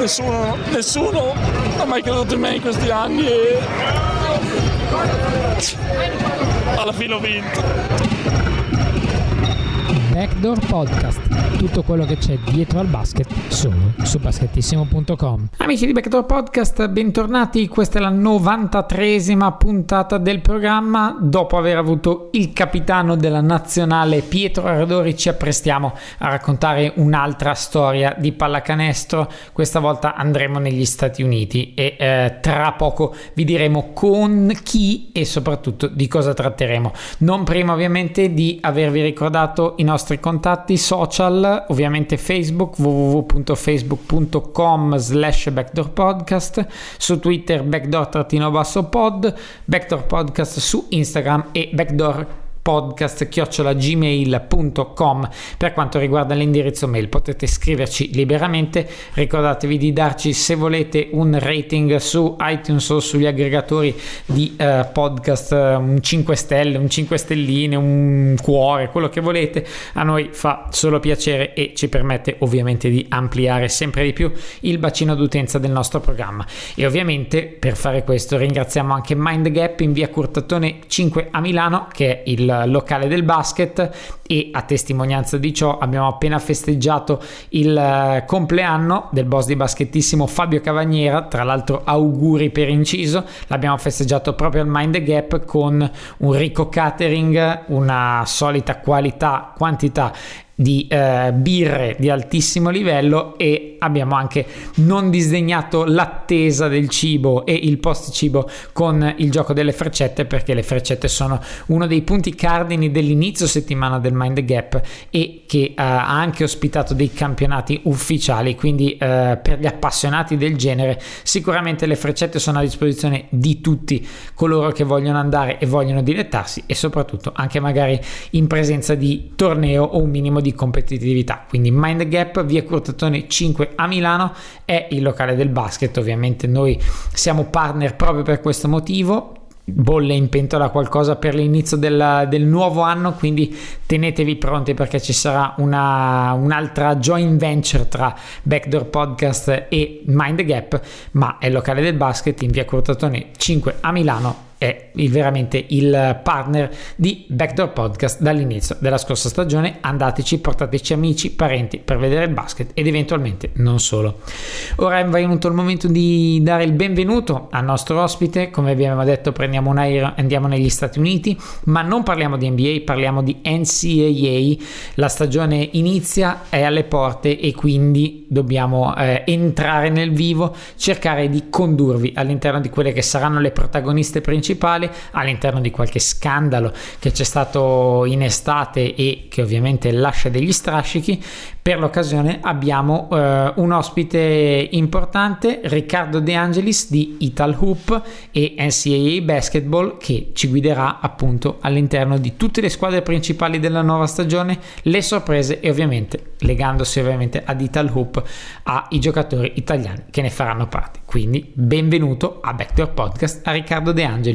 nessuno ha mai creduto in me in questi anni e alla fine ho vinto. Backdoor Podcast, tutto quello che c'è dietro al basket solo su basketissimo.com. Amici di Backdoor Podcast, bentornati. Questa è la 93esima puntata del programma. Dopo aver avuto il capitano della nazionale Pietro Ardori, ci apprestiamo a raccontare un'altra storia di pallacanestro. Questa volta andremo negli Stati Uniti e tra poco vi diremo con chi e soprattutto di cosa tratteremo. Non prima ovviamente di avervi ricordato i nostri contatti social, ovviamente Facebook, www.facebook.com/backdoorpodcast, su Twitter backdoor_pod, Backdoor Podcast su Instagram e backdoorpodcast@gmail.com. Per quanto riguarda l'indirizzo mail potete scriverci liberamente. Ricordatevi di darci, se volete, un rating su iTunes o sugli aggregatori di podcast, un 5 stelle, un 5 stelline, un cuore, quello che volete. A noi fa solo piacere e ci permette ovviamente di ampliare sempre di più il bacino d'utenza del nostro programma. E ovviamente per fare questo ringraziamo anche Mind Gap in via Curtatone 5 a Milano, che è il locale del basket, e a testimonianza di ciò abbiamo appena festeggiato il compleanno del boss di Basketissimo Fabio Cavagnera. Tra l'altro auguri per inciso, l'abbiamo festeggiato proprio al Mind the Gap con un ricco catering, una solita quantità di birre di altissimo livello, e abbiamo anche non disdegnato l'attesa del cibo e il post cibo con il gioco delle freccette, perché le freccette sono uno dei punti cardini dell'inizio settimana del Mind the Gap e che ha anche ospitato dei campionati ufficiali, quindi per gli appassionati del genere sicuramente le freccette sono a disposizione di tutti coloro che vogliono andare e vogliono dilettarsi, e soprattutto anche magari in presenza di torneo o un minimo di competitività. Quindi Mind Gap, via Curtatone 5 a Milano, è il locale del basket. Ovviamente noi siamo partner proprio per questo motivo. Bolle in pentola qualcosa per l'inizio del nuovo anno, quindi tenetevi pronti perché ci sarà un'altra joint venture tra Backdoor Podcast e Mind Gap, ma è il locale del basket in via Curtatone 5 a Milano. È veramente il partner di Backdoor Podcast dall'inizio della scorsa stagione. Andateci, portateci amici, parenti per vedere il basket ed eventualmente non solo. Ora è venuto il momento di dare il benvenuto al nostro ospite. Come abbiamo detto, prendiamo un aereo, andiamo negli Stati Uniti, ma non parliamo di NBA, parliamo di NCAA. La stagione inizia, è alle porte e quindi dobbiamo entrare nel vivo, cercare di condurvi all'interno di quelle che saranno le protagoniste principali, all'interno di qualche scandalo che c'è stato in estate e che ovviamente lascia degli strascichi. Per l'occasione abbiamo un ospite importante, Riccardo De Angelis di Ital Hoop e NCAA Basketball, che ci guiderà appunto all'interno di tutte le squadre principali della nuova stagione, le sorprese e ovviamente legandosi ovviamente ad Ital Hoop ai giocatori italiani che ne faranno parte. Quindi benvenuto a Backdoor Podcast a Riccardo De Angelis.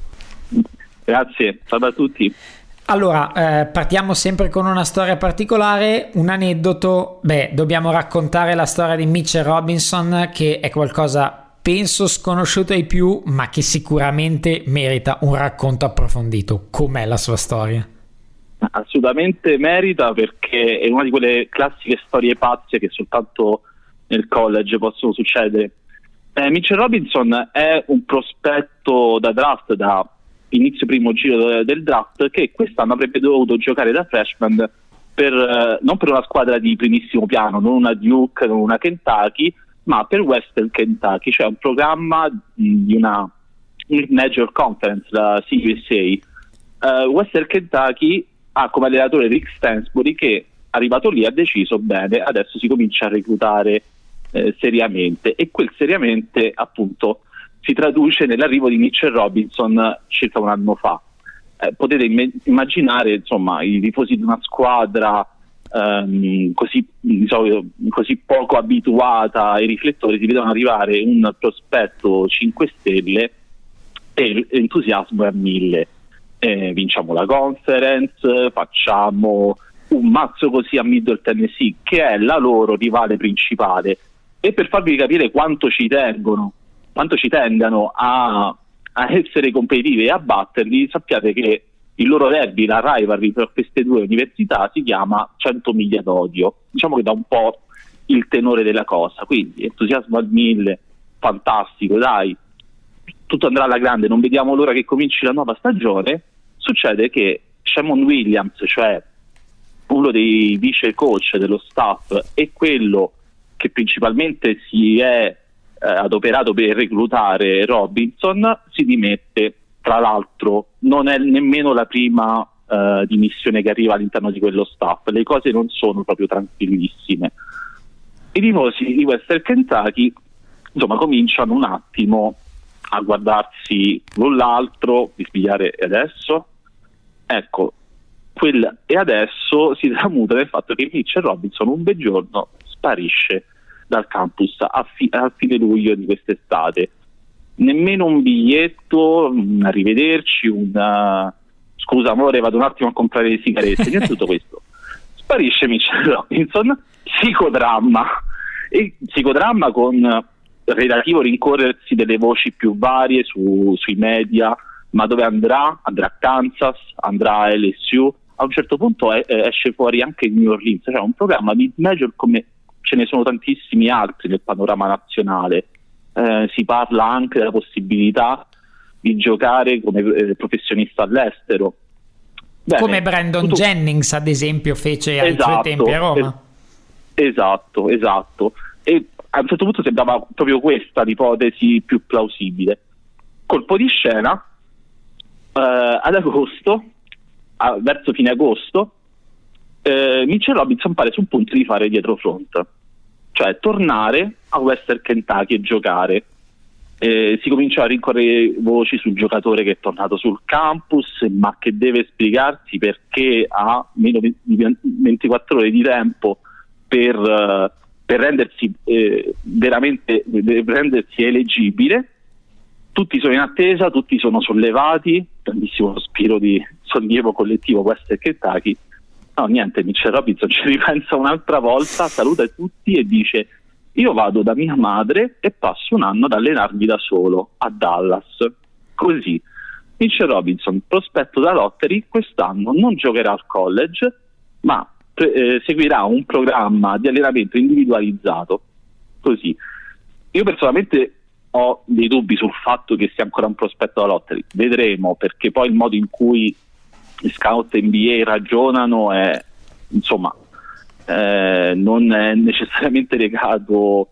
Grazie, salve a tutti. Allora, partiamo sempre con una storia particolare, un aneddoto. Dobbiamo raccontare la storia di Mitchell Robinson, che è qualcosa penso sconosciuto ai più, ma che sicuramente merita un racconto approfondito. Com'è la sua storia? Assolutamente merita, perché è una di quelle classiche storie pazze che soltanto nel college possono succedere. Mitchell Robinson è un prospetto da draft, da inizio primo giro del draft, che quest'anno avrebbe dovuto giocare da freshman non per una squadra di primissimo piano, non una Duke, non una Kentucky, ma per Western Kentucky, cioè un programma di una Major Conference, la CUSA. Western Kentucky ha come allenatore Rick Stansbury, che arrivato lì ha deciso: bene, adesso si comincia a reclutare seriamente, e quel seriamente appunto si traduce nell'arrivo di Mitchell Robinson circa un anno fa. Potete immaginare, insomma, i tifosi di una squadra così poco abituata ai riflettori, si vedono arrivare un prospetto 5 stelle e l'entusiasmo è a 1000. Vinciamo la conference, facciamo un mazzo così a Middle Tennessee, che è la loro rivale principale. E per farvi capire quanto ci tengano a essere competitivi e a batterli, sappiate che il loro derby, la rivalry per queste due università, si chiama 100 miglia d'odio. Diciamo che dà un po' il tenore della cosa, quindi entusiasmo al 1000, fantastico, dai, tutto andrà alla grande, non vediamo l'ora che cominci la nuova stagione. Succede che Shamon Williams, cioè uno dei vice coach dello staff e quello che principalmente si è adoperato per reclutare Robinson, si dimette. Tra l'altro non è nemmeno la prima dimissione che arriva all'interno di quello staff, le cose non sono proprio tranquillissime. I tifosi di Western Kentucky insomma cominciano un attimo a guardarsi l'un l'altro, di spiegare e adesso? Ecco, quel e adesso si tramuta nel fatto che Mitchell Robinson un bel giorno sparisce dal campus a fine luglio di quest'estate. Nemmeno un biglietto, arrivederci, scusa amore, vado un attimo a comprare le sigarette, niente tutto questo. Sparisce Mitchell Robinson, psicodramma con relativo rincorrersi delle voci più varie sui media, ma dove andrà? Andrà a Kansas, andrà a LSU, a un certo punto esce fuori anche New Orleans, cioè un programma mid-major come ce ne sono tantissimi altri nel panorama nazionale. Si parla anche della possibilità di giocare come professionista all'estero. Bene, come Brandon Jennings ad esempio fece ai suoi tempi a Roma. Esatto. E a un certo punto sembrava proprio questa l'ipotesi più plausibile. Colpo di scena, ad agosto, verso fine agosto, Mitchell Robinson pare sul punto di fare dietro front, cioè tornare a Western Kentucky e giocare. Si comincia a rincorrere voci sul giocatore che è tornato sul campus, ma che deve spiegarsi perché ha meno di 24 ore di tempo per rendersi rendersi eleggibile. Tutti sono in attesa, tutti sono sollevati, grandissimo sospiro di sollievo collettivo Western Kentucky. No, niente, Mitchell Robinson ci ripensa un'altra volta, saluta tutti e dice: io vado da mia madre e passo un anno ad allenarmi da solo a Dallas. Così Mitchell Robinson, prospetto da lottery, quest'anno non giocherà al college, ma seguirà un programma di allenamento individualizzato. Così io personalmente ho dei dubbi sul fatto che sia ancora un prospetto da lottery, vedremo, perché poi il modo in cui gli scout NBA ragionano è, insomma, non è necessariamente legato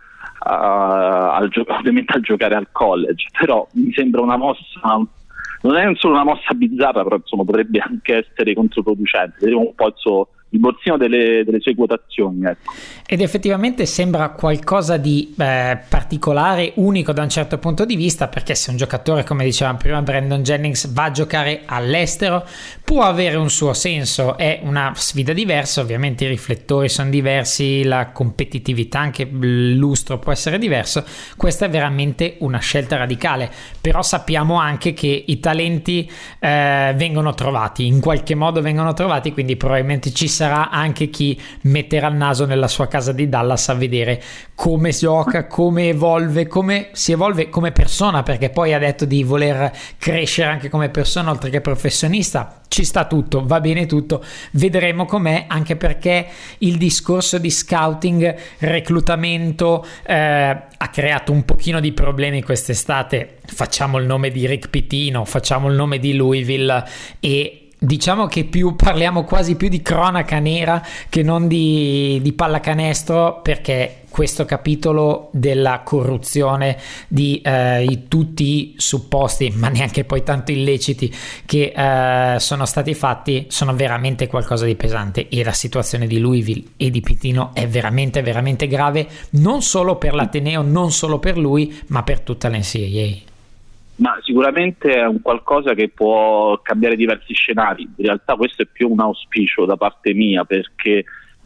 ovviamente al giocare al college, però mi sembra una mossa, non è solo una mossa bizzarra, però insomma potrebbe anche essere controproducente. Vedremo un po' il borsino delle sue quotazioni, ecco. Ed effettivamente sembra qualcosa di particolare, unico da un certo punto di vista, perché se un giocatore, come diceva prima Brandon Jennings, va a giocare all'estero, può avere un suo senso, è una sfida diversa, ovviamente i riflettori sono diversi, la competitività, anche il lustro può essere diverso. Questa è veramente una scelta radicale, però sappiamo anche che i talenti vengono trovati, in qualche modo vengono trovati, quindi probabilmente ci sarà anche chi metterà il naso nella sua casa di Dallas a vedere come gioca, come evolve, come si evolve come persona, perché poi ha detto di voler crescere anche come persona oltre che professionista. Ci sta tutto, va bene tutto, vedremo com'è, anche perché il discorso di scouting, reclutamento ha creato un pochino di problemi quest'estate. Facciamo il nome di Rick Pitino, facciamo il nome di Louisville e diciamo che parliamo quasi più di cronaca nera che non di pallacanestro, perché questo capitolo della corruzione di tutti i supposti, ma neanche poi tanto illeciti, che sono stati fatti, sono veramente qualcosa di pesante, e la situazione di Louisville e di Pitino è veramente veramente grave, non solo per l'Ateneo, non solo per lui, ma per tutta l'NCAA. Ma sicuramente è un qualcosa che può cambiare diversi scenari. In realtà questo è più un auspicio da parte mia, perché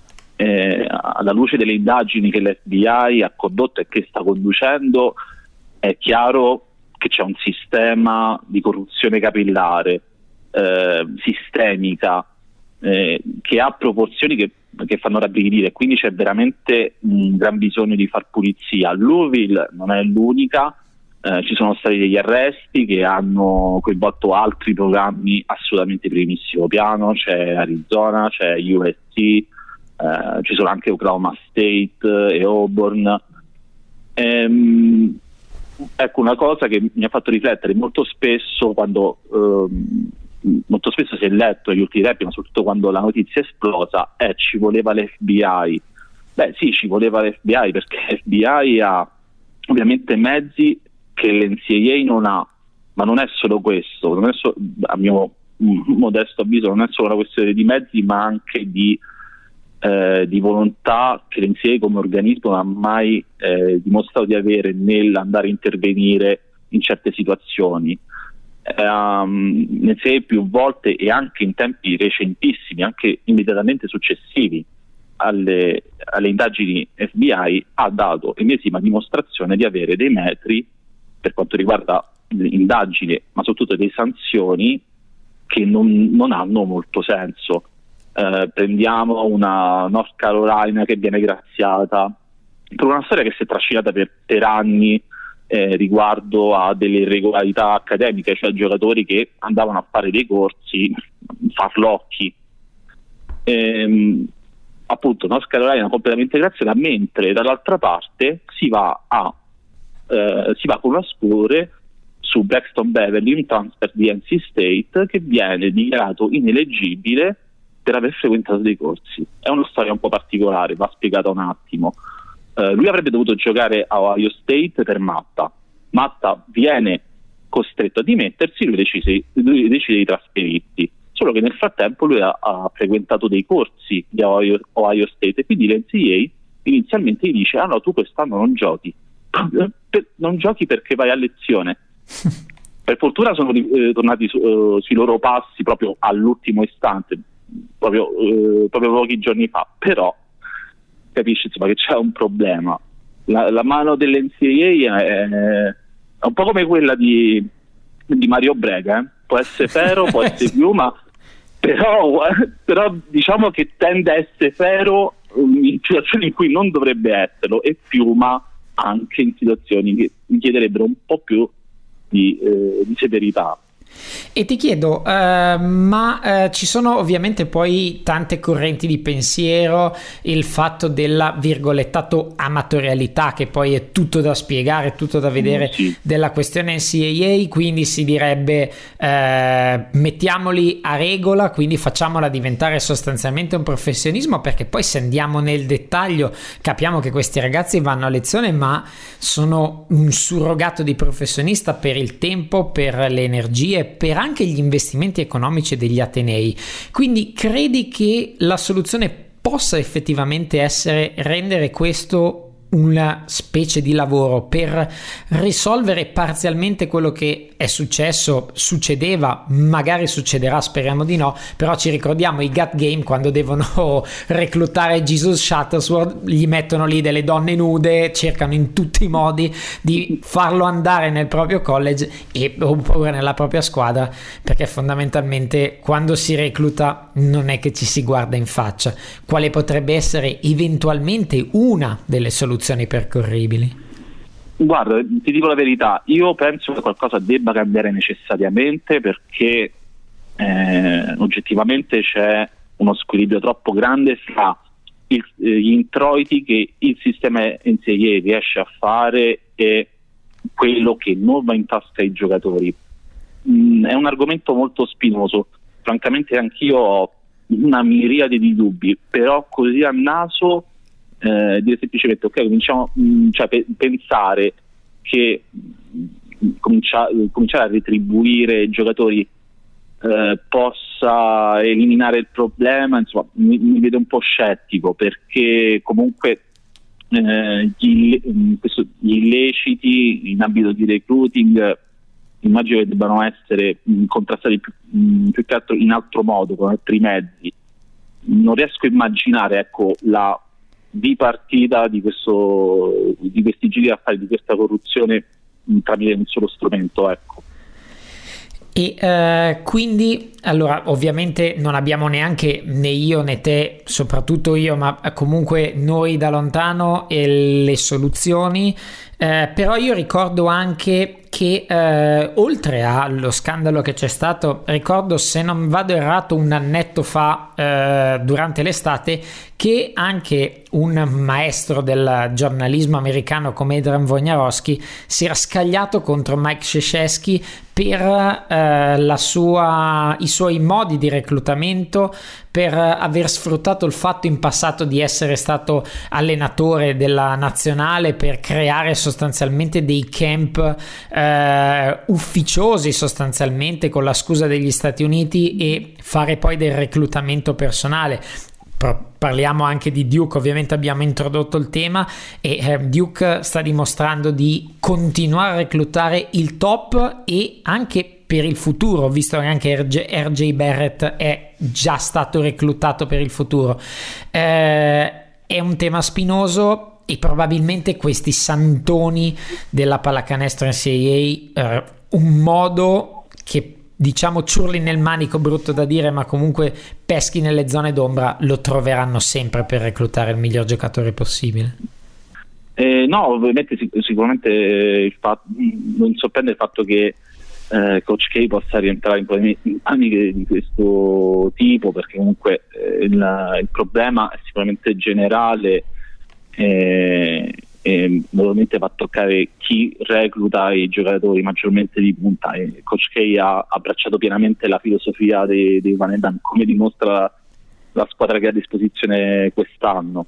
alla luce delle indagini che l'FBI ha condotto e che sta conducendo, è chiaro che c'è un sistema di corruzione capillare, sistemica, che ha proporzioni che fanno rabbrividire, quindi c'è veramente un gran bisogno di far pulizia. Louisville non è l'unica, ci sono stati degli arresti che hanno coinvolto altri programmi assolutamente di primissimo piano, c'è Arizona, c'è USC, ci sono anche Oklahoma State e Auburn. Ecco, una cosa che mi ha fatto riflettere molto spesso si è letto negli ultimi tempi, ma soprattutto quando la notizia è esplosa, ci voleva l'FBI. Beh sì, ci voleva l'FBI perché l'FBI ha ovviamente mezzi che l'NCAA non ha, ma non è solo questo, a mio modesto avviso non è solo una questione di mezzi, ma anche di volontà che l'NCAA come organismo non ha mai dimostrato di avere nell'andare a intervenire in certe situazioni. NCAA più volte e anche in tempi recentissimi, anche immediatamente successivi alle indagini FBI, ha dato ennesima dimostrazione di avere dei metri per quanto riguarda l'indagine, ma soprattutto delle sanzioni che non hanno molto senso. Prendiamo una North Carolina che viene graziata per una storia che si è trascinata per anni riguardo a delle irregolarità accademiche, cioè giocatori che andavano a fare dei corsi farlocchi. Appunto North Carolina completamente graziata, mentre dall'altra parte si va con una scure su Braxton Beverly, un transfer di NC State, che viene dichiarato ineleggibile per aver frequentato dei corsi. È una storia un po' particolare, va spiegata un attimo. Lui avrebbe dovuto giocare a Ohio State per Matta viene costretto a dimettersi, lui decide di trasferirsi, solo che nel frattempo lui ha frequentato dei corsi di Ohio State e quindi l'NCAA inizialmente gli dice: no, tu quest'anno non giochi perché vai a lezione. Per fortuna sono tornati sui loro passi proprio all'ultimo istante, proprio pochi giorni fa, però capisci insomma che c'è un problema. La mano dell'NCAA è un po' come quella di Mario Brega, può essere ferro, può essere piuma, però diciamo che tende a essere ferro in situazioni in cui non dovrebbe esserlo, e piuma anche in situazioni che richiederebbero un po' più di severità. E ti chiedo, ci sono ovviamente poi tante correnti di pensiero, il fatto della virgolettato amatorialità, che poi è tutto da spiegare, tutto da vedere, sì, della questione NCAA, quindi si direbbe mettiamoli a regola, quindi facciamola diventare sostanzialmente un professionismo, perché poi se andiamo nel dettaglio capiamo che questi ragazzi vanno a lezione ma sono un surrogato di professionista per il tempo, per le energie, per anche gli investimenti economici degli atenei. Quindi credi che la soluzione possa effettivamente essere rendere questo una specie di lavoro per risolvere parzialmente quello che è succedeva, magari succederà, speriamo di no, però ci ricordiamo i Gut Game, quando devono reclutare Jesus Shuttlesworth, gli mettono lì delle donne nude, cercano in tutti i modi di farlo andare nel proprio college oppure nella propria squadra, perché fondamentalmente quando si recluta non è che ci si guarda in faccia. Quale potrebbe essere eventualmente una delle soluzioni percorribili? Guarda, ti dico la verità, io penso che qualcosa debba cambiare necessariamente, perché oggettivamente c'è uno squilibrio troppo grande fra gli introiti che il sistema NCAA riesce a fare e quello che non va in tasca ai giocatori. È un argomento molto spinoso, francamente anch'io ho una miriade di dubbi, però così a naso dire semplicemente ok, cominciamo, pensare che cominciare a retribuire i giocatori possa eliminare il problema, insomma mi vedo un po' scettico, perché comunque gli illeciti in ambito di recruiting immagino che debbano essere contrastati più che altro in altro modo, con altri mezzi. Non riesco a immaginare, ecco, la bipartita di questi giri d'affari, di questa corruzione tramite un solo strumento, ecco. E quindi, allora, ovviamente non abbiamo neanche né io né te, soprattutto io, ma comunque noi da lontano, le soluzioni. Però io ricordo anche che oltre allo scandalo che c'è stato, ricordo, se non vado errato, un annetto fa, durante l'estate, che anche un maestro del giornalismo americano come Adrian Wojnarowski si era scagliato contro Mike Krzyzewski per i suoi modi di reclutamento, per aver sfruttato il fatto in passato di essere stato allenatore della nazionale per creare sostanzialmente dei camp ufficiosi, sostanzialmente con la scusa degli Stati Uniti, e fare poi del reclutamento personale. Parliamo anche di Duke, ovviamente abbiamo introdotto il tema, e Duke sta dimostrando di continuare a reclutare il top e anche per il futuro, visto che anche RJ Barrett è già stato reclutato per il futuro. È un tema spinoso, e probabilmente questi santoni della pallacanestro NCAA, un modo che, diciamo, ciurli nel manico, brutto da dire, ma comunque peschi nelle zone d'ombra, lo troveranno sempre per reclutare il miglior giocatore possibile. No, ovviamente sicuramente non sorprende il fatto che Coach K possa rientrare in dinamiche di questo tipo, perché comunque il problema è sicuramente generale, e normalmente va a toccare chi recluta i giocatori maggiormente di punta, e Coach K ha abbracciato pienamente la filosofia dei Van Edan, come dimostra la squadra che ha a disposizione quest'anno.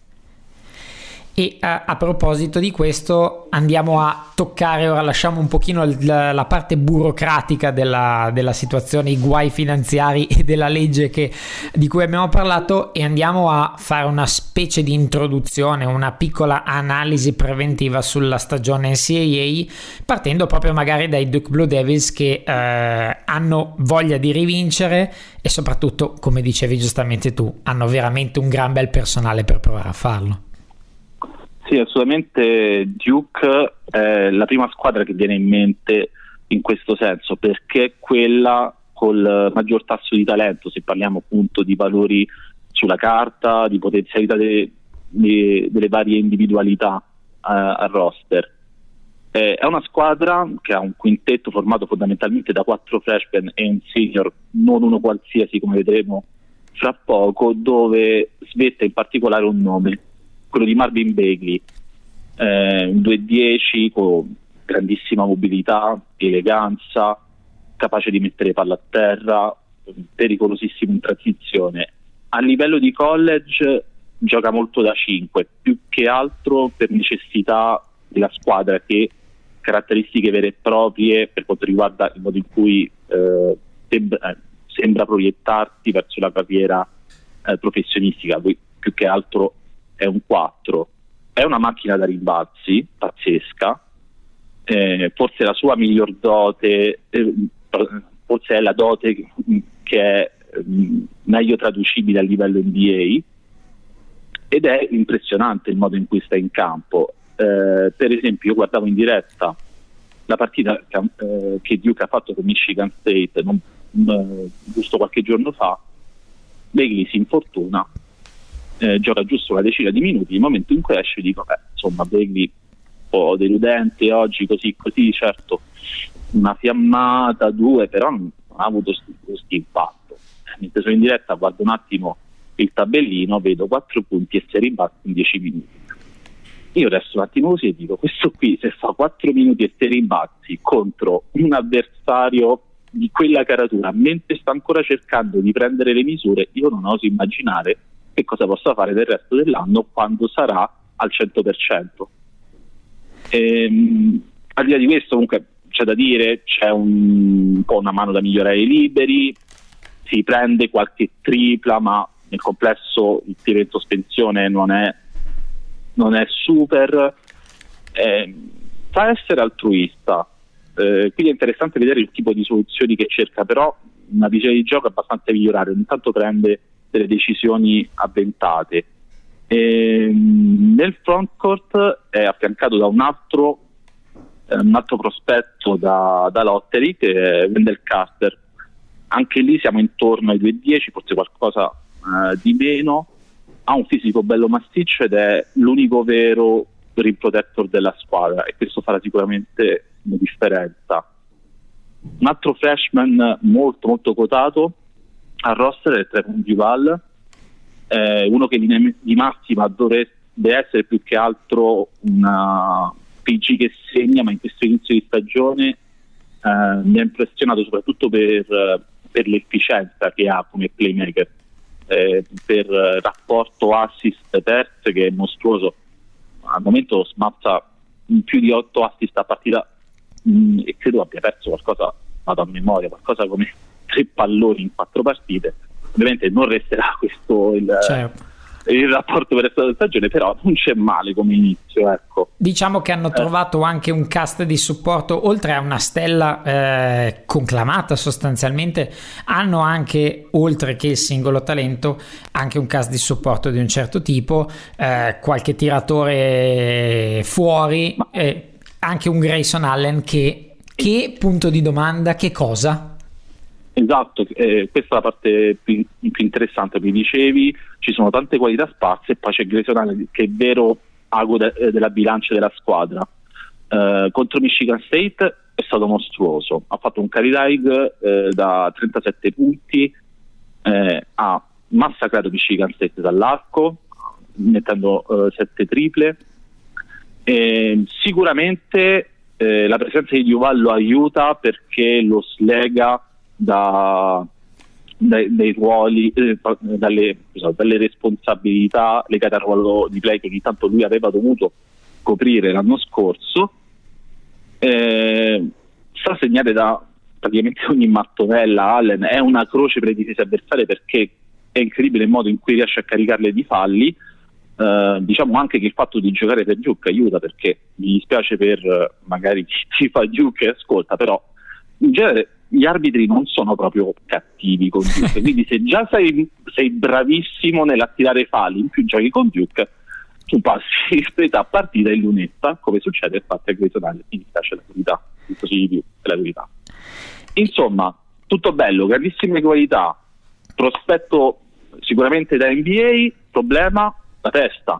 E a proposito di questo, andiamo a toccare, ora lasciamo un pochino la parte burocratica della situazione, i guai finanziari e della legge di cui abbiamo parlato, e andiamo a fare una specie di introduzione, una piccola analisi preventiva sulla stagione NCAA, partendo proprio magari dai Duke Blue Devils, che hanno voglia di rivincere e soprattutto, come dicevi giustamente tu, hanno veramente un gran bel personale per provare a farlo. Sì, assolutamente. Duke è la prima squadra che viene in mente in questo senso, perché è quella col maggior tasso di talento, se parliamo appunto di valori sulla carta, di potenzialità delle varie individualità al roster. È una squadra che ha un quintetto formato fondamentalmente da 4 freshman e un senior, non uno qualsiasi, come vedremo fra poco, dove svetta in particolare un nome, quello di Marvin Bagley, un 2'10 con grandissima mobilità, eleganza, capace di mettere palla a terra, pericolosissimo in transizione. A livello di college gioca molto da 5, più che altro per necessità della squadra, che caratteristiche vere e proprie per quanto riguarda il modo in cui sembra proiettarsi verso la carriera professionistica. Poi più che altro è un 4, è una macchina da rimbalzi pazzesca, forse la sua miglior dote, forse è la dote che è meglio traducibile a livello NBA, ed è impressionante il modo in cui sta in campo. Per esempio, io guardavo in diretta la partita che Duke ha fatto con Michigan State giusto qualche giorno fa. Bagley si infortuna, gioca giusto una decina di minuti. Il momento in cui esce dico insomma, Bagley un po' deludente oggi, così, certo una fiammata, 2, però non ha avuto questo impatto. Mentre sono in diretta guardo un attimo il tabellino, vedo 4 punti e 6 rimbalzi in 10 minuti. Io resto un attimo così e dico, questo qui se fa 4 minuti e 6 rimbalzi contro un avversario di quella caratura, mentre sta ancora cercando di prendere le misure, io non oso immaginare che cosa possa fare del resto dell'anno quando sarà al 100%. Al di là di questo, comunque, c'è da dire, c'è un po' una mano da migliorare ai liberi, si prende qualche tripla, ma nel complesso il tiro in sospensione non è super, fa essere altruista, quindi è interessante vedere il tipo di soluzioni che cerca, però una visione di gioco abbastanza migliorare, ogni tanto prende delle decisioni avventate. Nel frontcourt è affiancato da un altro prospetto da lottery, che è Wendell Carter, anche lì siamo intorno ai 2,10, forse qualcosa di meno. Ha un fisico bello massiccio ed è l'unico vero rim protector della squadra, e questo farà sicuramente una differenza. Un altro freshman molto molto quotato al roster è Trevon Duval, uno che in linea di massima deve essere più che altro una PG che segna, ma in questo inizio di stagione mi ha impressionato soprattutto per l'efficienza che ha come playmaker, per rapporto assist terz che è mostruoso. Al momento smazza più di 8 assist a partita, e credo abbia perso qualcosa, vado a memoria, qualcosa come 3 palloni in 4 partite. Ovviamente non resterà questo il rapporto per il resto della stagione, però non c'è male come inizio, ecco. Diciamo che hanno trovato anche un cast di supporto, oltre a una stella conclamata sostanzialmente, hanno anche, oltre che il singolo talento, anche un cast di supporto di un certo tipo, qualche tiratore fuori, anche un Grayson Allen che punto di domanda, che cosa? Esatto, questa è la parte più interessante. Mi dicevi, ci sono tante qualità sparse e poi c'è Grayson Allen che è vero ago della bilancia della squadra. Contro Michigan State è stato mostruoso, ha fatto un carry high da 37 punti, ha massacrato Michigan State dall'arco mettendo 7 triple. Sicuramente la presenza di Duval lo aiuta perché lo slega dai ruoli, dalle responsabilità legate al ruolo di play che ogni tanto lui aveva dovuto coprire l'anno scorso. Sa segnare da praticamente ogni mattonella. Allen è una croce per le difese avversarie perché è incredibile il modo in cui riesce a caricarle di falli. Diciamo anche che il fatto di giocare per Duke aiuta, perché mi dispiace per magari chi fa Duke e ascolta, però in genere gli arbitri non sono proprio cattivi con Duke, quindi se già sei bravissimo nell'attirare falli, in più giochi con Duke, tu passi a partita in lunetta, come succede infatti a Grayson Allen. Mi dispiace la verità, così di più, è la verità. Insomma, tutto bello, grandissime qualità, prospetto sicuramente da NBA, problema la testa.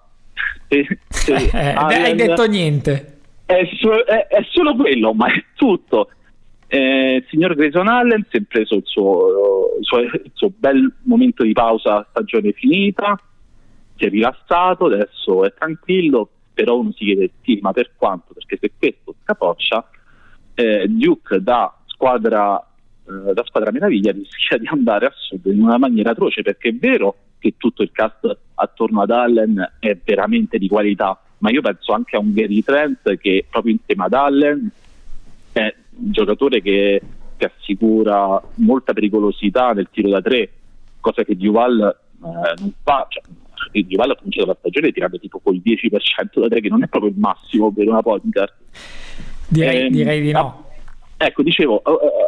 Hai detto niente. È solo quello, ma è tutto. Il signor Grayson Allen si è preso il suo bel momento di pausa, stagione finita, si è rilassato, adesso è tranquillo, però uno si chiede sì, ma per quanto? Perché se questo scapoccia, Duke da squadra meraviglia rischia di andare a sud in una maniera atroce, perché è vero che tutto il cast attorno ad Allen è veramente di qualità, ma io penso anche a un Gary Trent che proprio insieme ad Allen è un giocatore che assicura molta pericolosità nel tiro da 3, cosa che Duval non fa. Duval ha cominciato la stagione tirando tipo col 10% da 3, che non è proprio il massimo per una point guard. Direi di no. Ecco, dicevo,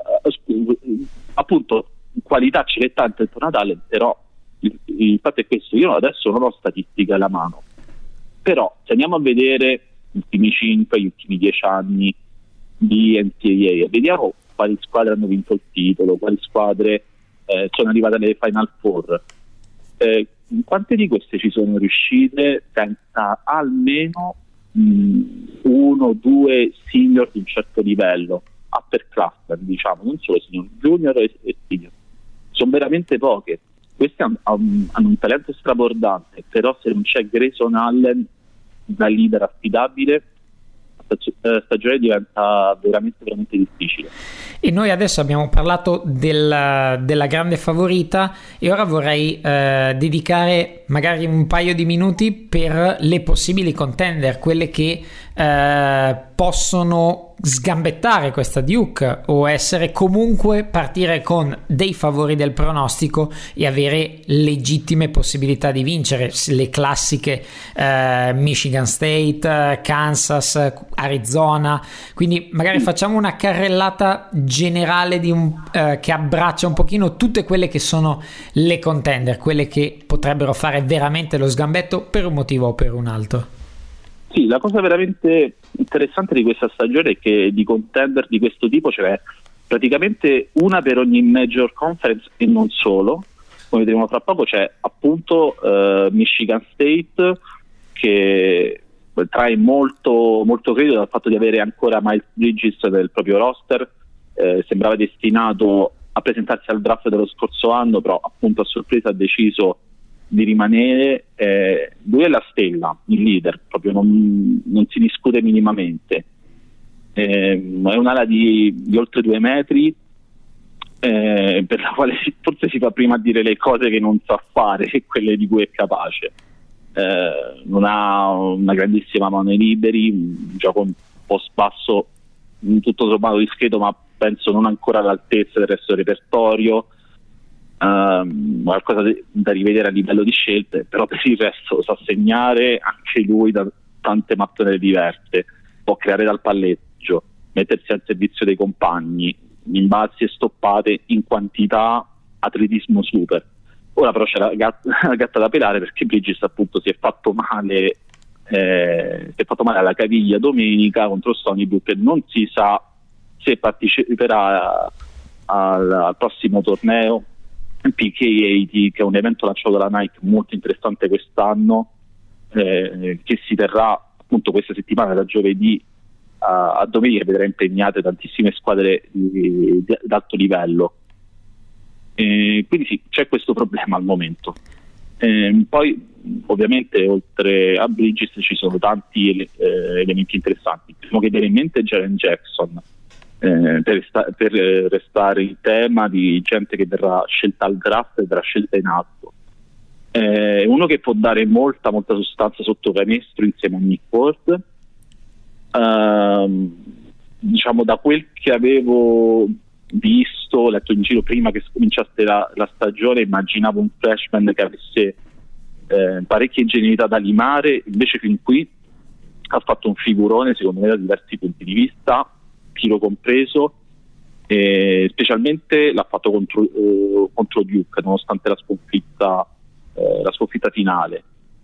appunto, qualità ce n'è tante intorno ad Allen, però il fatto è questo: io adesso non ho statistiche alla mano, però se andiamo a vedere gli ultimi 5, gli ultimi 10 anni di NCAA e vediamo quali squadre hanno vinto il titolo, quali squadre sono arrivate alle Final Four, quante di queste ci sono riuscite senza almeno 1 o 2 senior di un certo livello, upperclassmen, diciamo, non solo senior, junior e senior, sono veramente poche. Questi hanno un talento strabordante, però se non c'è Grayson Allen da leader affidabile, la stagione diventa veramente veramente difficile. E noi adesso abbiamo parlato della grande favorita, e ora vorrei dedicare magari un paio di minuti per le possibili contender, quelle che possono sgambettare questa Duke o essere comunque, partire con dei favori del pronostico e avere legittime possibilità di vincere, le classiche Michigan State, Kansas, Arizona. Quindi magari facciamo una carrellata generale che abbraccia un pochino tutte quelle che sono le contender, quelle che potrebbero fare veramente lo sgambetto per un motivo o per un altro. Sì, la cosa veramente interessante di questa stagione è che di contender di questo tipo ce n'è praticamente una per ogni major conference e non solo. Come vedremo fra poco c'è appunto Michigan State, che trae molto, molto credito dal fatto di avere ancora Miles Bridges nel proprio roster. Sembrava destinato a presentarsi al draft dello scorso anno, però appunto a sorpresa ha deciso di rimanere. Lui è la stella, il leader, proprio non si discute minimamente. È un'ala di oltre 2 metri, per la quale forse si fa prima a dire le cose che non sa fare che quelle di cui è capace. Non ha una grandissima mano ai liberi, un gioco un po' spasso, tutto sommato discreto, ma penso non ancora all'altezza del resto del repertorio. Qualcosa da rivedere a livello di scelte, però per il resto sa segnare anche lui da tante mattone diverse, può creare dal palleggio, mettersi al servizio dei compagni, imbalzi e stoppate in quantità, atletismo super. Ora però c'è la gatta da pelare, perché Bridges appunto si è fatto male alla caviglia domenica contro Stony Brook, e non si sa se parteciperà al prossimo torneo PK80, che è un evento lanciato dalla Nike molto interessante quest'anno, che si terrà appunto questa settimana da giovedì a domenica, vedrà impegnate tantissime squadre di alto livello. Quindi sì, c'è questo problema al momento. Poi ovviamente oltre a Bridges ci sono tanti elementi interessanti. Il primo che viene in mente è Jaren Jackson, per restare in tema di gente che verrà scelta al draft e verrà scelta in alto. Uno che può dare molta sostanza sotto canestro insieme a Nick Ward. Diciamo, da quel che avevo visto, letto in giro prima che cominciasse la stagione, immaginavo un freshman che avesse parecchia ingenuità da limare, invece fin qui ha fatto un figurone secondo me da diversi punti di vista, tiro compreso, specialmente l'ha fatto contro Duke, nonostante la sconfitta finale.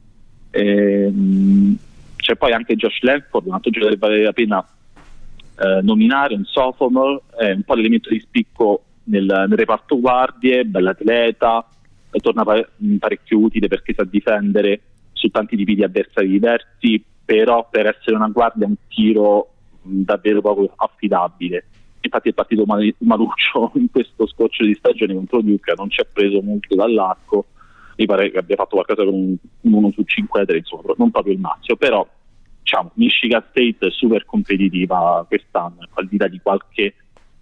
C'è poi anche Josh Langford, un altro giocatore che vale la pena nominare, un sophomore, un po' l'elemento di spicco nel reparto guardie, bell'atleta, torna parecchio utile perché sa difendere su tanti tipi di avversari diversi, però per essere una guardia ha un tiro davvero poco affidabile. Infatti è partito maluccio in questo scorcio di stagione contro Duke, non ci ha preso molto dall'arco, mi pare che abbia fatto qualcosa con un 1 su 5 a 3, insomma, non proprio il massimo, però diciamo Michigan State è super competitiva quest'anno, al di là di qualche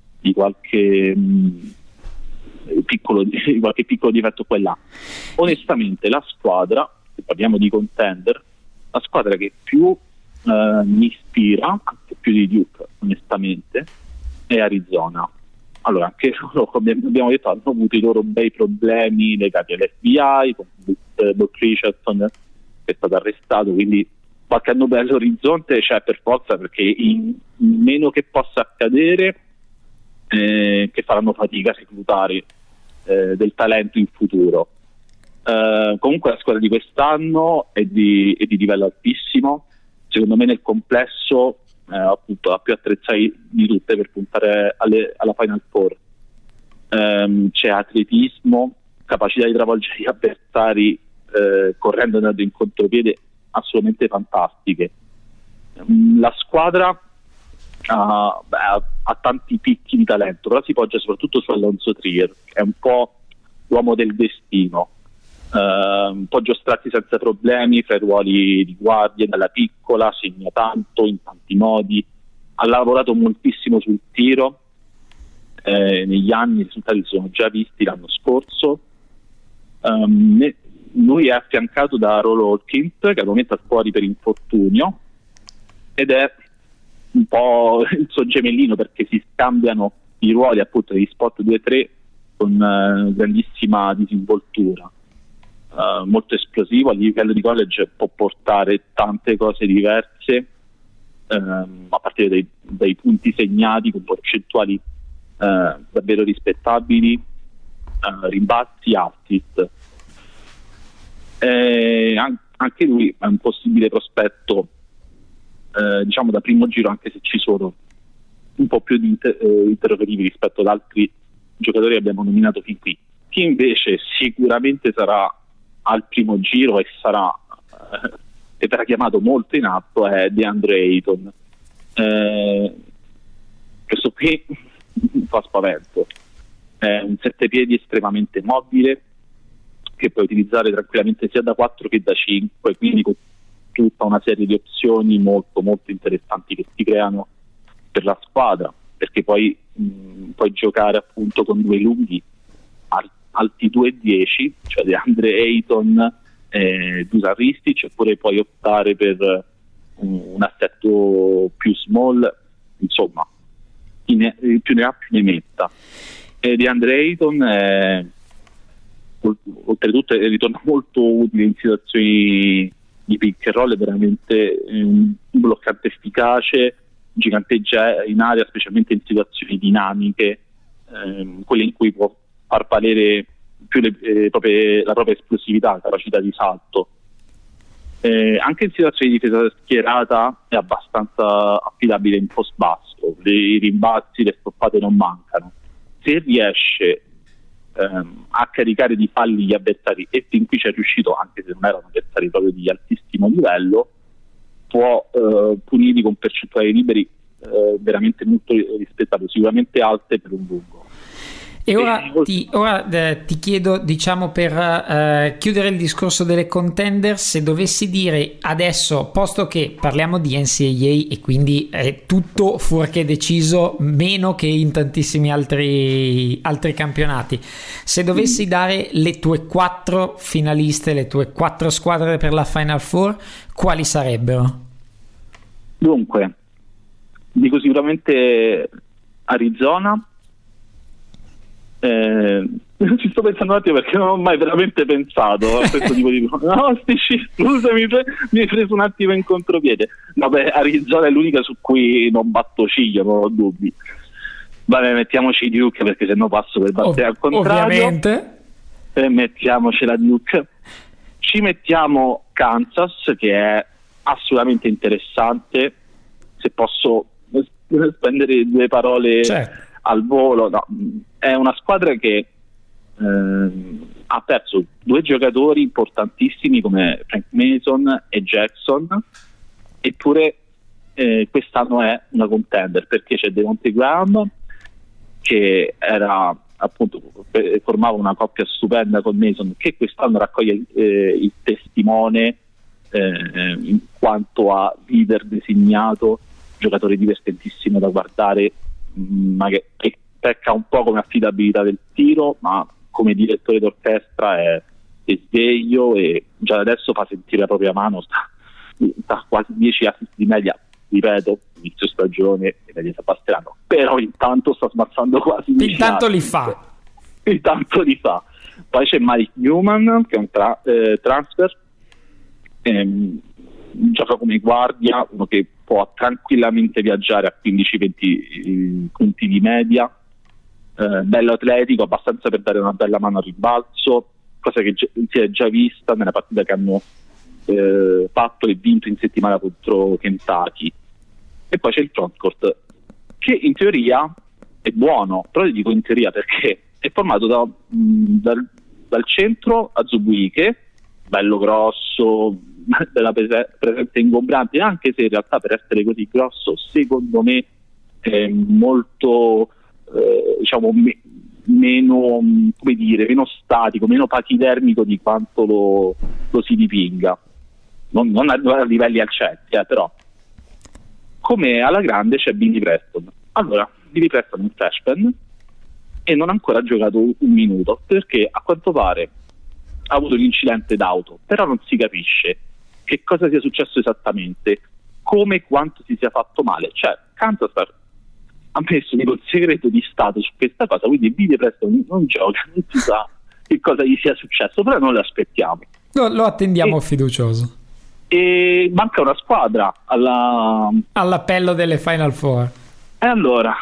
piccolo difetto qua e là. Onestamente la squadra, se parliamo di contender, la squadra che più mi ispira, anche più di Duke onestamente, è Arizona. Allora, anche loro, come abbiamo detto, hanno avuto i loro bei problemi legati all'FBI, con Buck Richardson che è stato arrestato, quindi qualche anno per l'orizzonte c'è per forza, perché in meno che possa accadere che faranno fatica a reclutare del talento in futuro. Comunque la squadra di quest'anno è di livello altissimo, secondo me nel complesso appunto la più attrezzata di tutte per puntare alla Final Four. C'è atletismo, capacità di travolgere gli avversari correndo e andando in contropiede assolutamente fantastiche. La squadra ha tanti picchi di talento, però si poggia soprattutto su Alonzo Trier, che è un po' l'uomo del destino, un po' Giostratti senza problemi fra i ruoli di guardia, dalla piccola, segna tanto in tanti modi, ha lavorato moltissimo sul tiro, negli anni i risultati si sono già visti l'anno scorso. Lui è affiancato da Rollo Hawkins, che al momento è fuori per infortunio, ed è un po' il suo gemellino, perché si scambiano i ruoli appunto degli spot 2-3 con grandissima disinvoltura. Molto esplosivo, a livello di college può portare tante cose diverse, a partire dai punti segnati con percentuali davvero rispettabili, rimbalzi, assist. Anche lui è un possibile prospetto, diciamo da primo giro, anche se ci sono un po' più di interrogativi rispetto ad altri giocatori che abbiamo nominato fin qui. Chi invece sicuramente sarà al primo giro e verrà chiamato molto in alto è DeAndre Ayton. Questo qui fa spavento. È un settepiedi estremamente mobile che puoi utilizzare tranquillamente sia da 4 che da 5, quindi con tutta una serie di opzioni molto molto interessanti che si creano per la squadra, perché poi puoi giocare appunto con due lunghi alti 2,10, cioè DeAndre Ayton, Dusan Ristic, oppure puoi optare per un assetto più small, insomma, più ne ha più ne metta. DeAndre Ayton oltretutto ritorna molto utile in situazioni di pick and roll, è veramente un bloccante efficace, giganteggia in area, specialmente in situazioni dinamiche, quelle in cui può far valere più la propria esplosività, capacità di salto. Anche in situazioni di difesa schierata è abbastanza affidabile in post basso, i rimbalzi, le stoppate non mancano. Se riesce a caricare di falli gli avversari, e fin qui ci è riuscito, anche se non erano avversari proprio di altissimo livello, può punirli con percentuali liberi veramente molto rispettabili, sicuramente alte per un lungo. E ora ti chiedo, diciamo, per chiudere il discorso delle contender, se dovessi dire adesso, posto che parliamo di NCAA e quindi è tutto fuorché deciso, meno che in tantissimi altri campionati, se dovessi dare le tue 4 finaliste, le tue 4 squadre per la Final Four, quali sarebbero? Dunque, dico sicuramente Arizona. Ci sto pensando un attimo perché non ho mai veramente pensato a questo tipo di no, scusami, mi hai preso un attimo in contropiede. Vabbè, Arizona è l'unica su cui non batto ciglio, non ho dubbi. Vabbè, mettiamoci Duke, perché sennò passo per battere al contrario. Ovviamente. Mettiamocela Duke. Ci mettiamo Kansas, che è assolutamente interessante. Se posso spendere 2 parole, certo, al volo, no. È una squadra che ha perso 2 giocatori importantissimi come Frank Mason e Jackson, eppure quest'anno è una contender, perché c'è Devontae Graham, che era appunto formava una coppia stupenda con Mason, che quest'anno raccoglie il testimone in quanto a leader designato, giocatore divertentissimo da guardare, ma che pecca un po' come affidabilità del tiro, ma come direttore d'orchestra è sveglio e già adesso fa sentire la propria mano, sta quasi 10 assist di media, ripeto, inizio stagione e media si abbasseranno, però intanto sta smazzando quasi 10 intanto li fa. Poi c'è Malik Newman, che è un transfer, gioca come guardia, uno che può tranquillamente viaggiare a 15-20 punti di media, bello atletico, abbastanza per dare una bella mano al rimbalzo, cosa che si è già vista nella partita che hanno fatto e vinto in settimana contro Kentucky. E poi c'è il frontcourt, che in teoria è buono, però dico in teoria perché è formato dal centro Azubuike, bello grosso, della presenza ingombrante, anche se in realtà per essere così grosso secondo me è molto meno, come dire, meno statico, meno pachidermico di quanto lo si dipinga, non a livelli alcenti, però. Come alla grande c'è Billy Preston. Allora, Billy Preston è un freshman e non ha ancora giocato un minuto, perché a quanto pare ha avuto l'incidente d'auto, però non si capisce che cosa sia successo esattamente, come, quanto si sia fatto male. Cioè, Kansas ha messo tipo il segreto di stato su questa cosa, quindi Billy Preston non gioca, non si sa che cosa gli sia successo, però non lo aspettiamo. Lo attendiamo fiducioso. E manca una squadra all'appello delle Final Four. E allora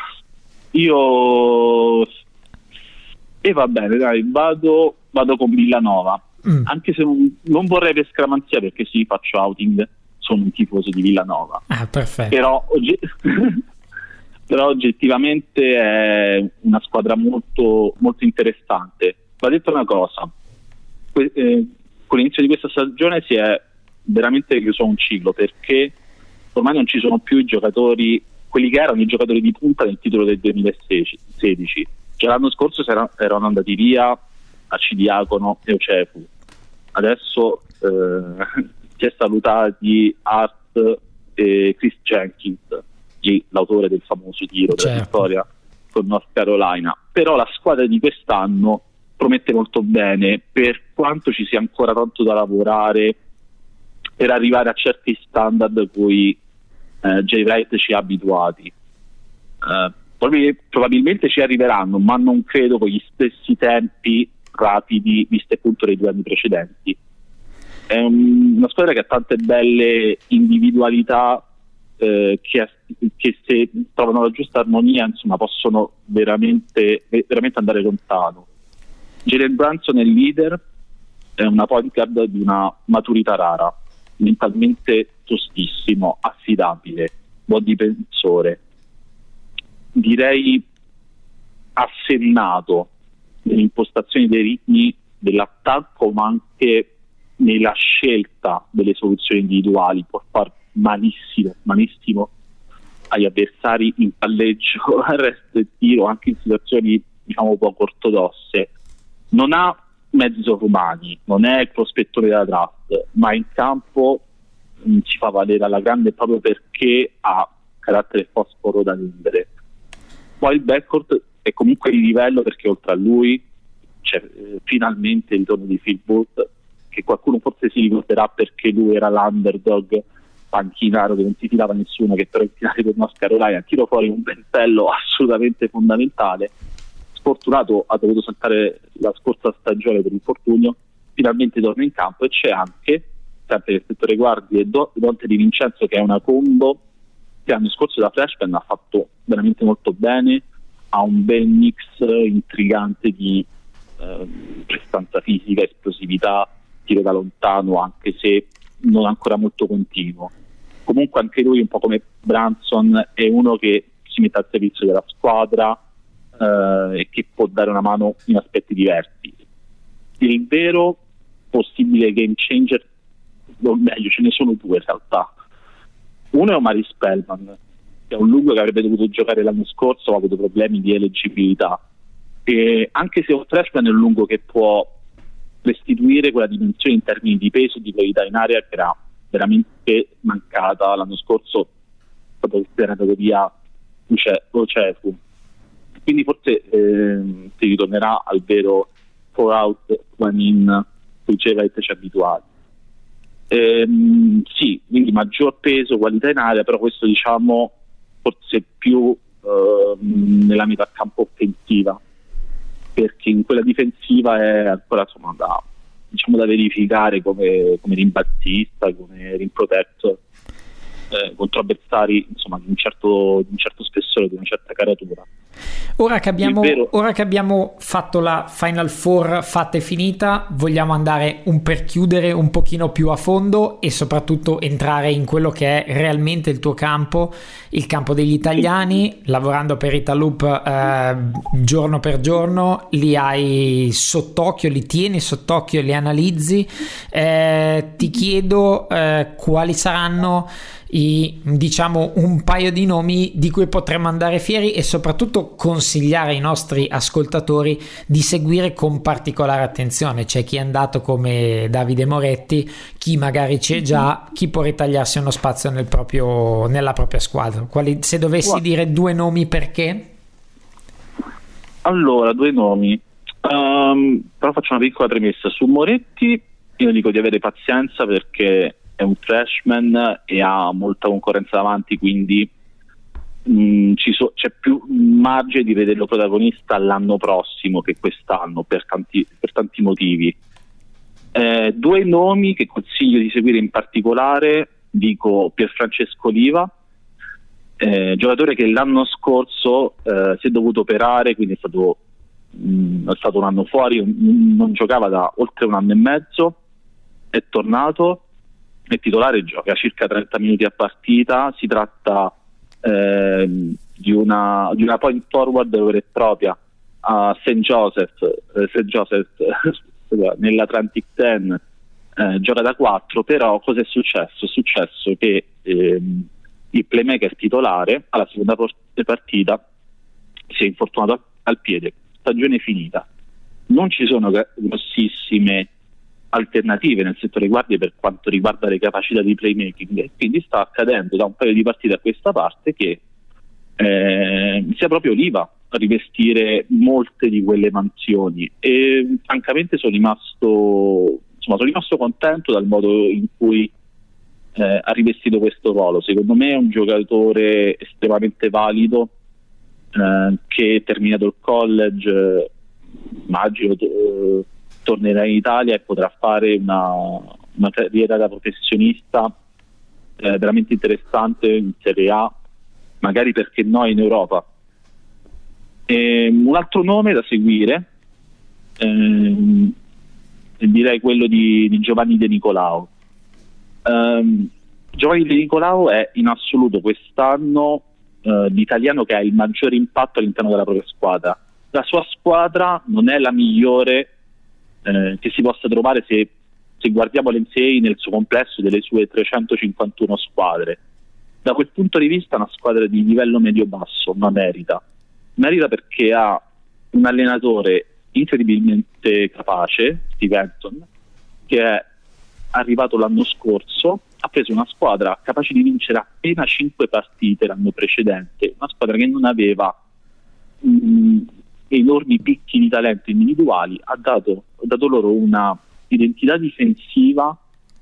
va bene, dai, vado con Villanova, anche se non vorrei per scaramanzia, perché sì, faccio outing, sono un tifoso di Villanova. Perfetto. Però però oggettivamente è una squadra molto, molto interessante. Va detto una cosa, con l'inizio di questa stagione si è veramente chiuso un ciclo, perché ormai non ci sono più i giocatori, quelli che erano i giocatori di punta del titolo del 2016. Già l'anno scorso erano andati via Arcidiacono e Ocefu. Adesso si è salutati Hart e Chris Jenkins, l'autore del famoso tiro della vittoria con North Carolina. Però la squadra di quest'anno promette molto bene, per quanto ci sia ancora tanto da lavorare per arrivare a certi standard cui Jay Wright ci ha abituati. Probabilmente ci arriveranno, ma non credo con gli stessi tempi rapidi visti appunto nei 2 anni precedenti. È una squadra che ha tante belle individualità che se trovano la giusta armonia, insomma, possono veramente andare lontano. Jalen Brunson è il leader, è una point guard di una maturità rara, mentalmente tostissimo, affidabile, buon difensore, direi assennato nelle impostazioni dei ritmi dell'attacco, ma anche nella scelta delle soluzioni individuali. Può far malissimo agli avversari in palleggio, arresto e tiro, anche in situazioni diciamo poco ortodosse. Non ha mezzi sovrumani, non è il prospettore della draft, ma in campo si fa valere alla grande proprio perché ha carattere fosforo da vendere. Poi il backcourt è comunque di livello, perché oltre a lui c'è finalmente il ritorno di Phil Booth, che qualcuno forse si ricorderà perché lui era l'underdog panchinaro che non si tirava nessuno, che però in finale con North Carolina tiro fuori un ventello assolutamente fondamentale. Sfortunato, ha dovuto saltare la scorsa stagione per infortunio, finalmente torna in campo. E c'è anche, sempre nel settore guardie, Dante Di Vincenzo, che è una combo che l'anno scorso da freshman ha fatto veramente molto bene, ha un bel mix intrigante di prestanza fisica, esplosività, tiro da lontano, anche se non ancora molto continuo. Comunque anche lui, un po' come Brunson, è uno che si mette al servizio della squadra e che può dare una mano in aspetti diversi. Il vero possibile game changer, o meglio, ce ne sono 2 in realtà. Uno è Omari Spellman, che è un lungo che avrebbe dovuto giocare l'anno scorso, ha avuto problemi di eleggibilità, e anche se un freshman è un lungo che può restituire quella dimensione in termini di peso e di qualità in area che era veramente mancata l'anno scorso, proprio per andare via Ocefu. Quindi forse si ritornerà al vero 4 out, 1 in cui Jevite ci ha abituati. Sì, quindi maggior peso, qualità in area, però questo diciamo forse più nella metà campo offensiva, perché in quella difensiva è ancora insomma da verificare come rimbattista, come rim protector contro avversari insomma di un certo spessore, di una certa caratura. Ora che abbiamo fatto la Final Four fatta e finita, vogliamo andare per chiudere un pochino più a fondo e soprattutto entrare in quello che è realmente il tuo campo, il campo degli italiani. Lavorando per Italup giorno per giorno, li hai sott'occhio, li tieni sott'occhio, li analizzi. Ti chiedo quali saranno diciamo un paio di nomi di cui potremmo andare fieri e soprattutto consigliare ai nostri ascoltatori di seguire con particolare attenzione. C'è chi è andato come Davide Moretti, chi magari c'è già, chi può ritagliarsi uno spazio nella propria squadra. Se dovessi dire 2 nomi, perché? Allora, 2 nomi, però faccio una piccola premessa su Moretti. Io dico di avere pazienza perché è un freshman e ha molta concorrenza davanti, quindi c'è più margine di vederlo protagonista l'anno prossimo che quest'anno per tanti motivi. 2 nomi che consiglio di seguire in particolare, dico Pierfrancesco Oliva, giocatore che l'anno scorso si è dovuto operare, quindi è stato un anno fuori, non giocava da oltre 1 anno e mezzo, è tornato, è titolare, gioca circa 30 minuti a partita. Si tratta di una point forward vera e propria a St. Joseph nell'Atlantic 10, gioca da 4, però cosa è successo? È successo che il playmaker titolare alla seconda partita si è infortunato al piede, stagione finita. Non ci sono grossissime alternative nel settore guardie per quanto riguarda le capacità di playmaking, quindi sta accadendo da un paio di partite a questa parte che sia proprio Oliva a rivestire molte di quelle mansioni, e francamente sono rimasto contento dal modo in cui ha rivestito questo ruolo. Secondo me è un giocatore estremamente valido, che terminato il college immagino tornerà in Italia e potrà fare una carriera da professionista veramente interessante in Serie A, magari perché no in Europa. Un altro nome da seguire direi quello di Giovanni De Nicolao. Giovanni De Nicolao è in assoluto quest'anno l'italiano che ha il maggiore impatto all'interno della propria squadra. La sua squadra non è la migliore che si possa trovare se guardiamo l'NCAA nel suo complesso delle sue 351 squadre. Da quel punto di vista è una squadra di livello medio-basso, ma merita perché ha un allenatore incredibilmente capace, Stevenson, che è arrivato l'anno scorso, ha preso una squadra capace di vincere appena 5 partite l'anno precedente, una squadra che non aveva enormi picchi di talento individuali, ha dato loro una identità difensiva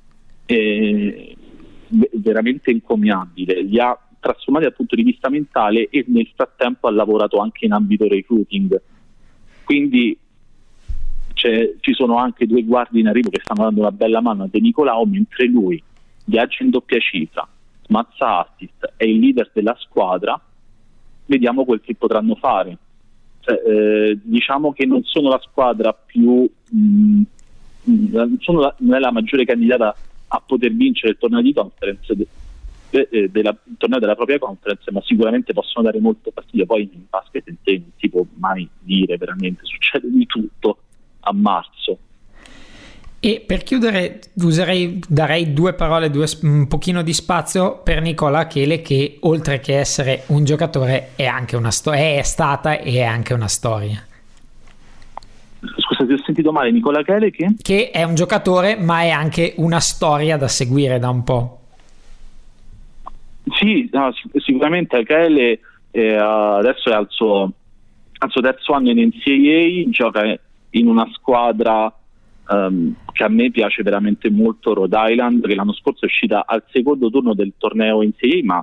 veramente encomiabile, li ha trasformati dal punto di vista mentale e nel frattempo ha lavorato anche in ambito recruiting, quindi ci sono anche 2 guardie in arrivo che stanno dando una bella mano a De Nicolao, mentre lui viaggia in doppia cifra, smazza assist, è il leader della squadra. Vediamo quel che potranno fare. Diciamo che non sono la squadra più non è la maggiore candidata a poter vincere il torneo di conference il torneo della propria conference, ma sicuramente possono dare molto fastidio. Poi in basket non si può mai dire, veramente succede di tutto a marzo. E per chiudere darei 2 parole, un pochino di spazio per Nicola Achele, che oltre che essere un giocatore è anche è stata e è anche una storia. Scusa, ti ho sentito male. Nicola Achele che è un giocatore ma è anche una storia da seguire da un po'. Sì, no, sicuramente Achele adesso è al suo terzo anno in NCAA, gioca in una squadra che a me piace veramente molto, Rhode Island, che l'anno scorso è uscita al secondo turno del torneo NCAA, ma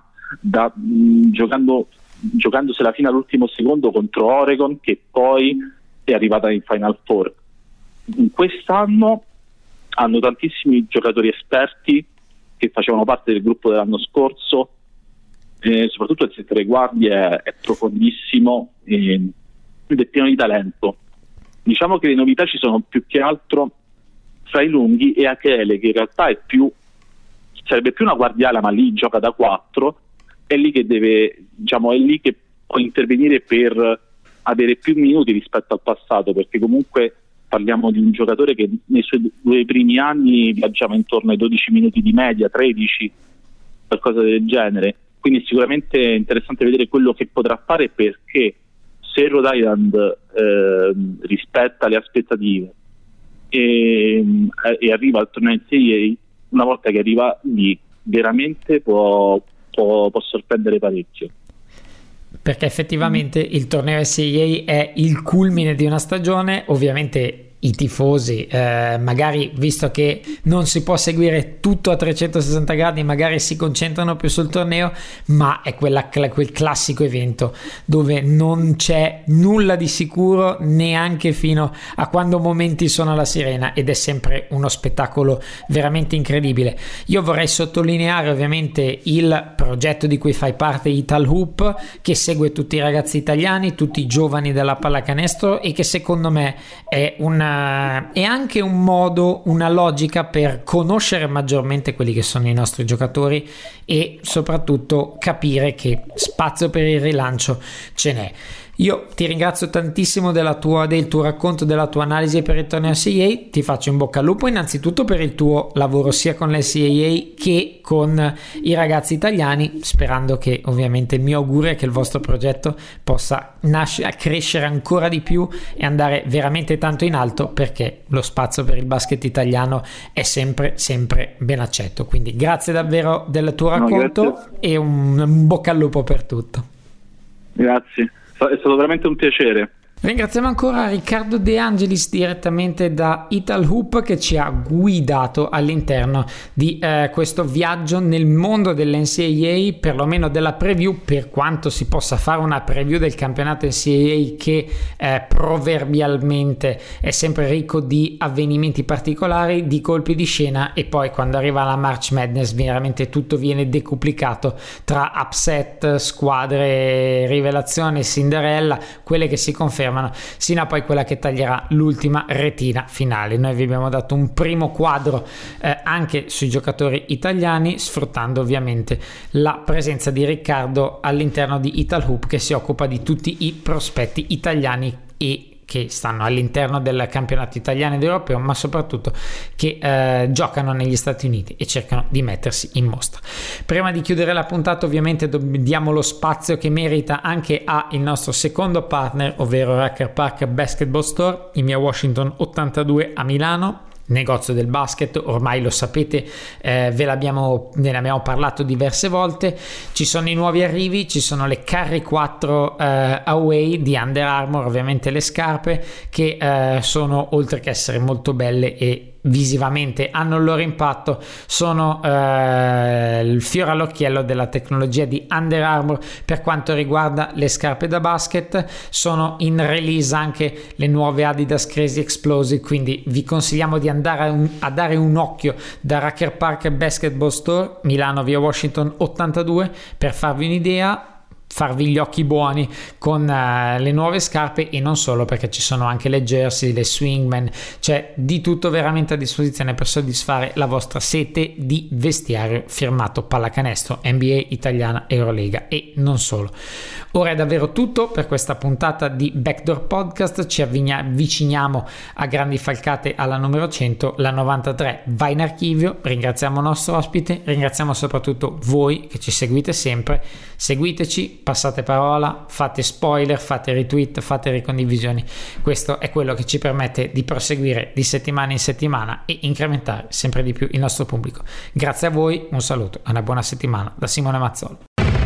giocandosela fino all'ultimo secondo contro Oregon, che poi è arrivata in Final Four. In quest'anno hanno tantissimi giocatori esperti che facevano parte del gruppo dell'anno scorso, soprattutto il settore guardie è profondissimo ed è pieno di talento. Diciamo che le novità ci sono più che altro fra i lunghi e Achele, che in realtà sarebbe più una guardiala, ma lì gioca da 4, è lì che può intervenire per avere più minuti rispetto al passato, perché comunque parliamo di un giocatore che nei suoi 2 primi anni viaggiava intorno ai 12 minuti di media, 13, qualcosa del genere. Quindi sicuramente è interessante vedere quello che potrà fare, perché se Rhode Island rispetta le aspettative e arriva al torneo NCAA, una volta che arriva lì veramente può sorprendere parecchio, perché effettivamente il torneo NCAA è il culmine di una stagione. Ovviamente i tifosi, magari visto che non si può seguire tutto a 360 gradi, magari si concentrano più sul torneo, ma è quel classico evento dove non c'è nulla di sicuro neanche fino a quando momenti suona la sirena, ed è sempre uno spettacolo veramente incredibile. Io vorrei sottolineare ovviamente il progetto di cui fai parte, Ital Hoop, che segue tutti i ragazzi italiani, tutti i giovani della pallacanestro, e che secondo me è anche un modo, una logica per conoscere maggiormente quelli che sono i nostri giocatori e soprattutto capire che spazio per il rilancio ce n'è. Io ti ringrazio tantissimo del tuo racconto, della tua analisi per il torneo NCAA. Ti faccio in bocca al lupo innanzitutto per il tuo lavoro sia con l'NCAA che con i ragazzi italiani, sperando che, ovviamente, il mio augurio è che il vostro progetto possa crescere ancora di più e andare veramente tanto in alto, perché lo spazio per il basket italiano è sempre ben accetto. Quindi grazie davvero del tuo racconto e un bocca al lupo per tutto. Grazie. È stato veramente un piacere. Ringraziamo ancora Riccardo De Angelis direttamente da Ital Hoop, che ci ha guidato all'interno di questo viaggio nel mondo dell'NCAA, perlomeno della preview, per quanto si possa fare una preview del campionato NCAA che proverbialmente è sempre ricco di avvenimenti particolari, di colpi di scena, e poi quando arriva la March Madness veramente tutto viene decuplicato tra upset, squadre, rivelazione, Cinderella, quelle che si confermano, sino a poi quella che taglierà l'ultima retina finale. Noi vi abbiamo dato un primo quadro anche sui giocatori italiani, sfruttando ovviamente la presenza di Riccardo all'interno di Ital Hoop, che si occupa di tutti i prospetti italiani e che stanno all'interno del campionato italiano ed europeo, ma soprattutto che giocano negli Stati Uniti e cercano di mettersi in mostra. Prima di chiudere la puntata, ovviamente diamo lo spazio che merita anche al nostro secondo partner, ovvero Rucker Park Basketball Store, in via Washington 82 a Milano. Negozio del basket, ormai lo sapete, ne abbiamo parlato diverse volte. Ci sono i nuovi arrivi, ci sono le Curry 4 Away di Under Armour, ovviamente le scarpe che sono, oltre che essere molto belle e visivamente hanno il loro impatto, sono il fiore all'occhiello della tecnologia di Under Armour per quanto riguarda le scarpe da basket. Sono in release anche le nuove Adidas Crazy Explosive, quindi vi consigliamo di andare a dare un occhio da Rucker Park Basketball Store, Milano via Washington 82, per farvi un'idea, farvi gli occhi buoni con le nuove scarpe, e non solo, perché ci sono anche le jersey, le swingman, c'è di tutto veramente a disposizione per soddisfare la vostra sete di vestiario firmato pallacanestro, NBA, italiana, Eurolega e non solo. Ora è davvero tutto per questa puntata di Backdoor Podcast. Ci avviciniamo a grandi falcate alla numero 100, la 93 va in archivio. Ringraziamo il nostro ospite, ringraziamo soprattutto voi che ci seguite sempre. Seguiteci, passate parola, fate spoiler, fate retweet, fate ricondivisioni. Questo è quello che ci permette di proseguire di settimana in settimana e incrementare sempre di più il nostro pubblico. Grazie a voi, un saluto e una buona settimana da Simone Mazzolo.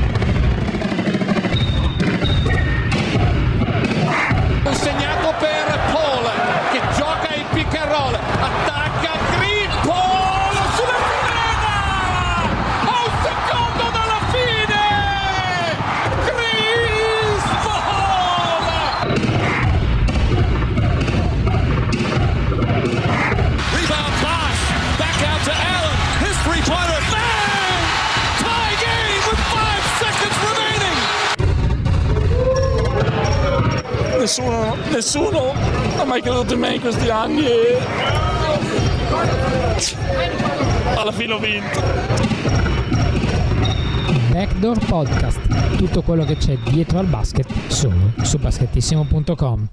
Segnato per Paul, che gioca il pick and roll, attacca Green, Paul sulla sfera, a un secondo dalla fine, Chris Paul. Rebound pass, back out to Allen, his three-pointer, bang, tie game with 5 seconds remaining. Nessuno ha mai creduto in me in questi anni e alla fine ho vinto. Backdoor Podcast, tutto quello che c'è dietro al basket solo su basketissimo.com.